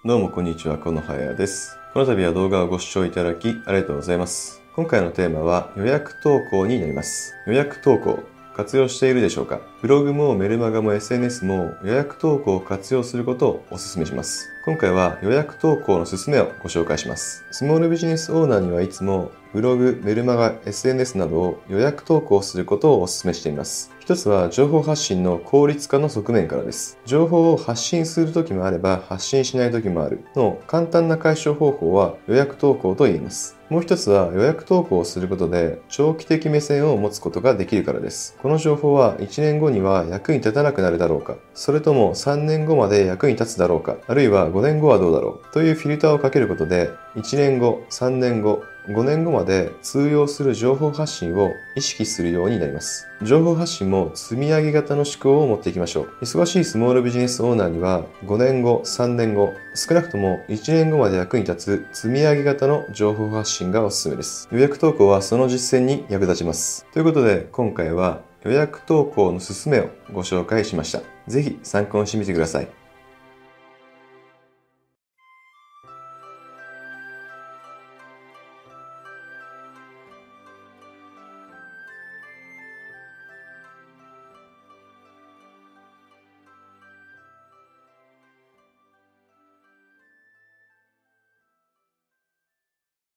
どうもこんにちは、このはやです。この度は動画をご視聴いただきありがとうございます。今回のテーマは予約投稿になります。予約投稿、活用しているでしょうか？ブログもメルマガも SNS も予約投稿を活用することをお勧めします。今回は予約投稿の勧めをご紹介します。スモールビジネスオーナーにはいつもブログ、メルマガ、SNS などを予約投稿することをお勧めしています。一つは情報発信の効率化の側面からです。情報を発信するときもあれば発信しないときもあるの簡単な解消方法は予約投稿と言います。もう一つは予約投稿をすることで長期的目線を持つことができるからです。この情報は1年後には役に立たなくなるだろうか、それとも3年後まで役に立つだろうか、あるいは5年後はどうだろうというフィルターをかけることで1年後、3年後、5年後まで通用する情報発信を意識するようになります。情報発信も積み上げ型の思考を持っていきましょう。忙しいスモールビジネスオーナーには5年後、3年後、少なくとも1年後まで役に立つ積み上げ型の情報発信がおすすめです。予約投稿はその実践に役立ちます。ということで今回は予約投稿の勧めをご紹介しました。ぜひ参考にしてみてください。